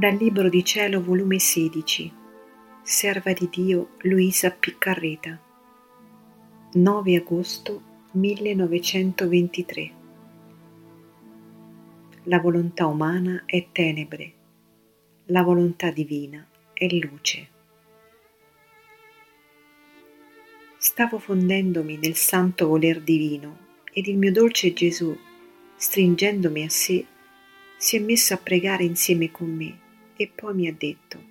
Dal Libro di Cielo, volume 16, Serva di Dio Luisa Piccarreta, 9 agosto 1923. La volontà umana è tenebre, la volontà divina è luce. Stavo fondendomi nel santo voler divino ed il mio dolce Gesù, stringendomi a sé, si è messo a pregare insieme con me e poi mi ha detto: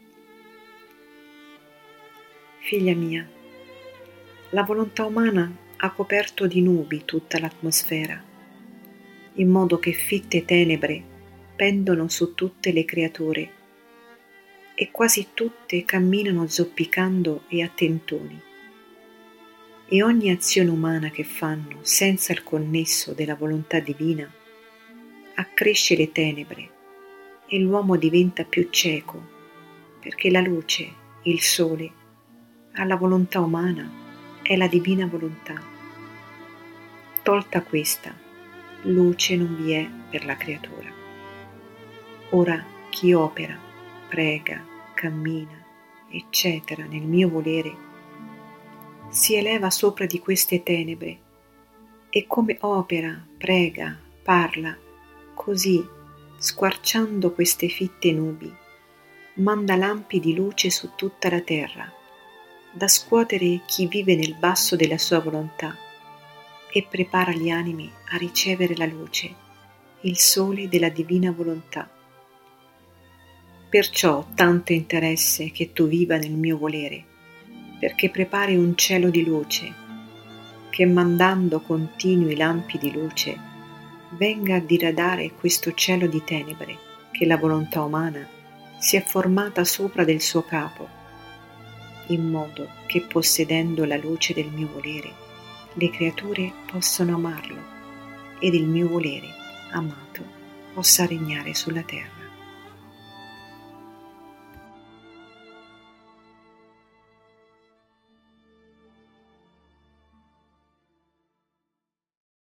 figlia mia, la volontà umana ha coperto di nubi tutta l'atmosfera, in modo che fitte tenebre pendono su tutte le creature e quasi tutte camminano zoppicando e a tentoni. E ogni azione umana che fanno senza il connesso della volontà divina accresce le tenebre e l'uomo diventa più cieco, perché la luce, il sole, alla volontà umana è la divina volontà. Tolta questa, luce non vi è per la creatura. Ora chi opera, prega, cammina, eccetera nel mio volere, si eleva sopra di queste tenebre e come opera, prega, parla, così, squarciando queste fitte nubi, manda lampi di luce su tutta la terra, da scuotere chi vive nel basso della sua volontà e prepara gli animi a ricevere la luce, il sole della divina volontà. Perciò ho tanto interesse che tu viva nel mio volere, perché prepari un cielo di luce, che mandando continui lampi di luce venga a diradare questo cielo di tenebre che la volontà umana si è formata sopra del suo capo, in modo che possedendo la luce del mio volere le creature possano amarlo ed il mio volere amato possa regnare sulla terra.